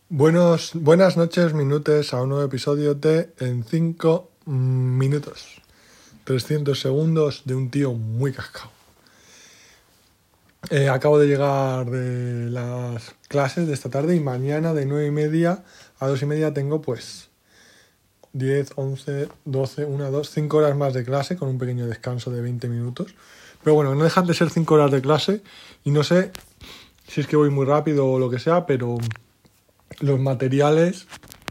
Buenas noches, minutes, a un nuevo episodio de En 5 minutos. 300 segundos de un tío muy cascado. Acabo de llegar de las clases de esta tarde y mañana de 9:30 a 2:30 tengo pues 10, 11, 12, 1, 2, 5 horas más de clase con un pequeño descanso de 20 minutos. Pero bueno, no dejan de ser 5 horas de clase y no sé si es que voy muy rápido o lo que sea, pero los materiales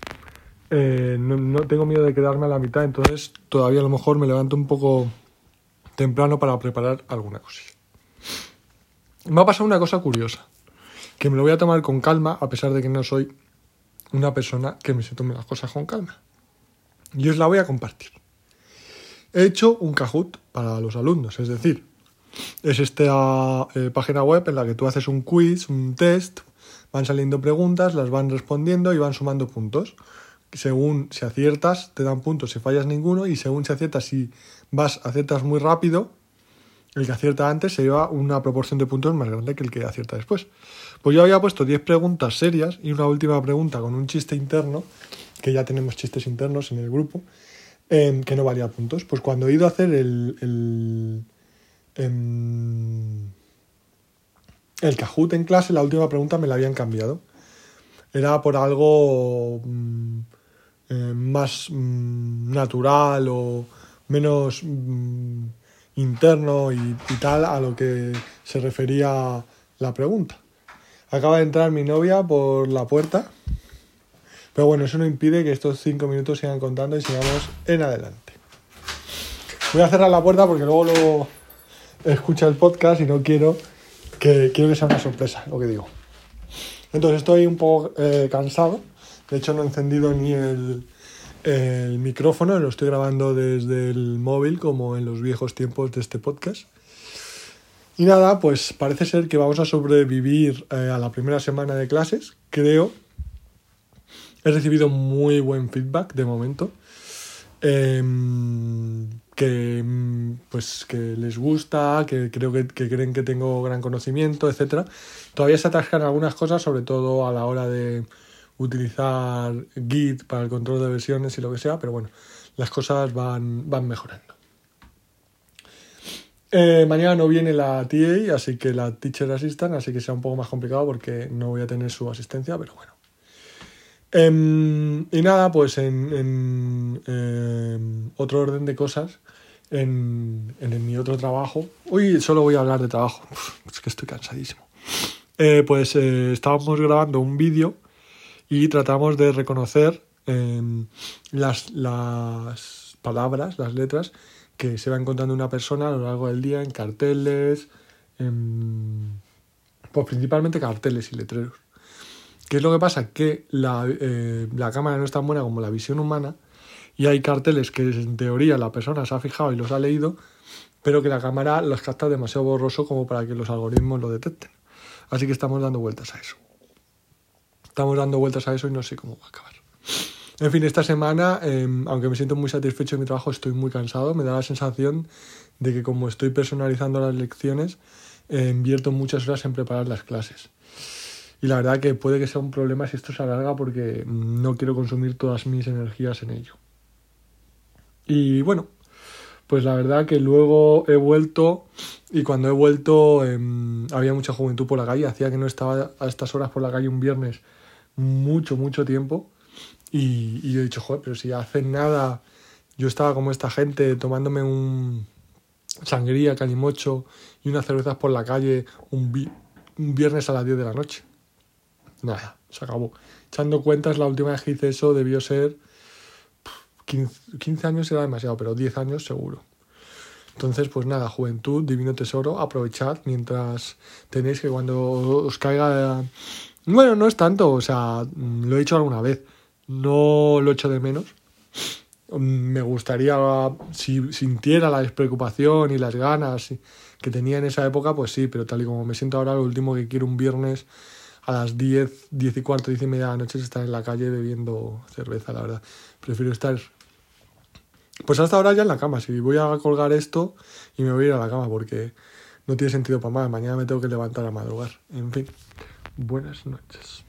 no tengo miedo de quedarme a la mitad, entonces todavía a lo mejor me levanto un poco temprano para preparar alguna cosilla. Me ha pasado una cosa curiosa, que me lo voy a tomar con calma, a pesar de que no soy una persona que me se tome las cosas con calma. Y os la voy a compartir. He hecho un Kahoot para los alumnos, es decir, es esta página web en la que tú haces un quiz, un test, van saliendo preguntas, las van respondiendo y van sumando puntos. Según si aciertas, te dan puntos, si fallas ninguno, y según si aciertas, si aciertas muy rápido, el que acierta antes se lleva una proporción de puntos más grande que el que acierta después. Pues yo había puesto 10 preguntas serias y una última pregunta con un chiste interno, que ya tenemos chistes internos en el grupo, que no valía puntos. Pues cuando he ido a hacer el Kahoot en clase, la última pregunta me la habían cambiado. Era por algo más natural o menos interno y tal a lo que se refería la pregunta. Acaba de entrar mi novia por la puerta, pero bueno, eso no impide que estos 5 minutos sigan contando y sigamos en adelante. Voy a cerrar la puerta porque luego lo escucha el podcast y no quiero que sea una sorpresa lo que digo. Entonces estoy un poco cansado. De hecho no he encendido ni el micrófono, lo estoy grabando desde el móvil como en los viejos tiempos de este podcast. Y nada, pues parece ser que vamos a sobrevivir a la primera semana de clases, creo. He recibido muy buen feedback de momento. Que les gusta, que creo que creen que tengo gran conocimiento, etcétera. Todavía se atascan algunas cosas, sobre todo a la hora de utilizar Git para el control de versiones y lo que sea, pero bueno, las cosas van mejorando. Mañana no viene la TA, así que la Teacher Assistant, así que será un poco más complicado porque no voy a tener su asistencia, pero bueno. Y nada, pues en otro orden de cosas, en mi otro trabajo, hoy solo voy a hablar de trabajo, es que estoy cansadísimo, estábamos grabando un vídeo y tratamos de reconocer las palabras, las letras que se va encontrando una persona a lo largo del día en carteles, pues principalmente carteles y letreros. ¿Qué es lo que pasa? Que la cámara no es tan buena como la visión humana y hay carteles que en teoría la persona se ha fijado y los ha leído, pero que la cámara los capta demasiado borroso como para que los algoritmos lo detecten. Así que estamos dando vueltas a eso. Y no sé cómo va a acabar. En fin, esta semana, aunque me siento muy satisfecho de mi trabajo, estoy muy cansado. Me da la sensación de que como estoy personalizando las lecciones, invierto muchas horas en preparar las clases. Y la verdad que puede que sea un problema si esto se alarga porque no quiero consumir todas mis energías en ello. Y bueno, pues la verdad que luego he vuelto y cuando he vuelto había mucha juventud por la calle. Hacía que no estaba a estas horas por la calle un viernes mucho tiempo. Y yo he dicho, joder, pero si hace nada yo estaba como esta gente tomándome un sangría, calimocho y unas cervezas por la calle un viernes a las 10 de la noche. Nada, se acabó. Echando cuentas, la última vez que hice eso debió ser 15 años era demasiado, pero 10 años seguro. Entonces, pues nada, juventud, divino tesoro, aprovechad mientras tenéis, que cuando os caiga... Bueno, no es tanto, o sea, lo he hecho alguna vez, no lo echo de menos. Me gustaría, si sintiera la despreocupación y las ganas que tenía en esa época, pues sí, pero tal y como me siento ahora, lo último que quiero un viernes a las 10, 10 y cuarto, 10 y media de la noche es estar en la calle bebiendo cerveza, la verdad. Prefiero estar, pues hasta ahora ya en la cama. Si voy a colgar esto y me voy a ir a la cama porque no tiene sentido para más. Mañana me tengo que levantar a madrugar. En fin, buenas noches.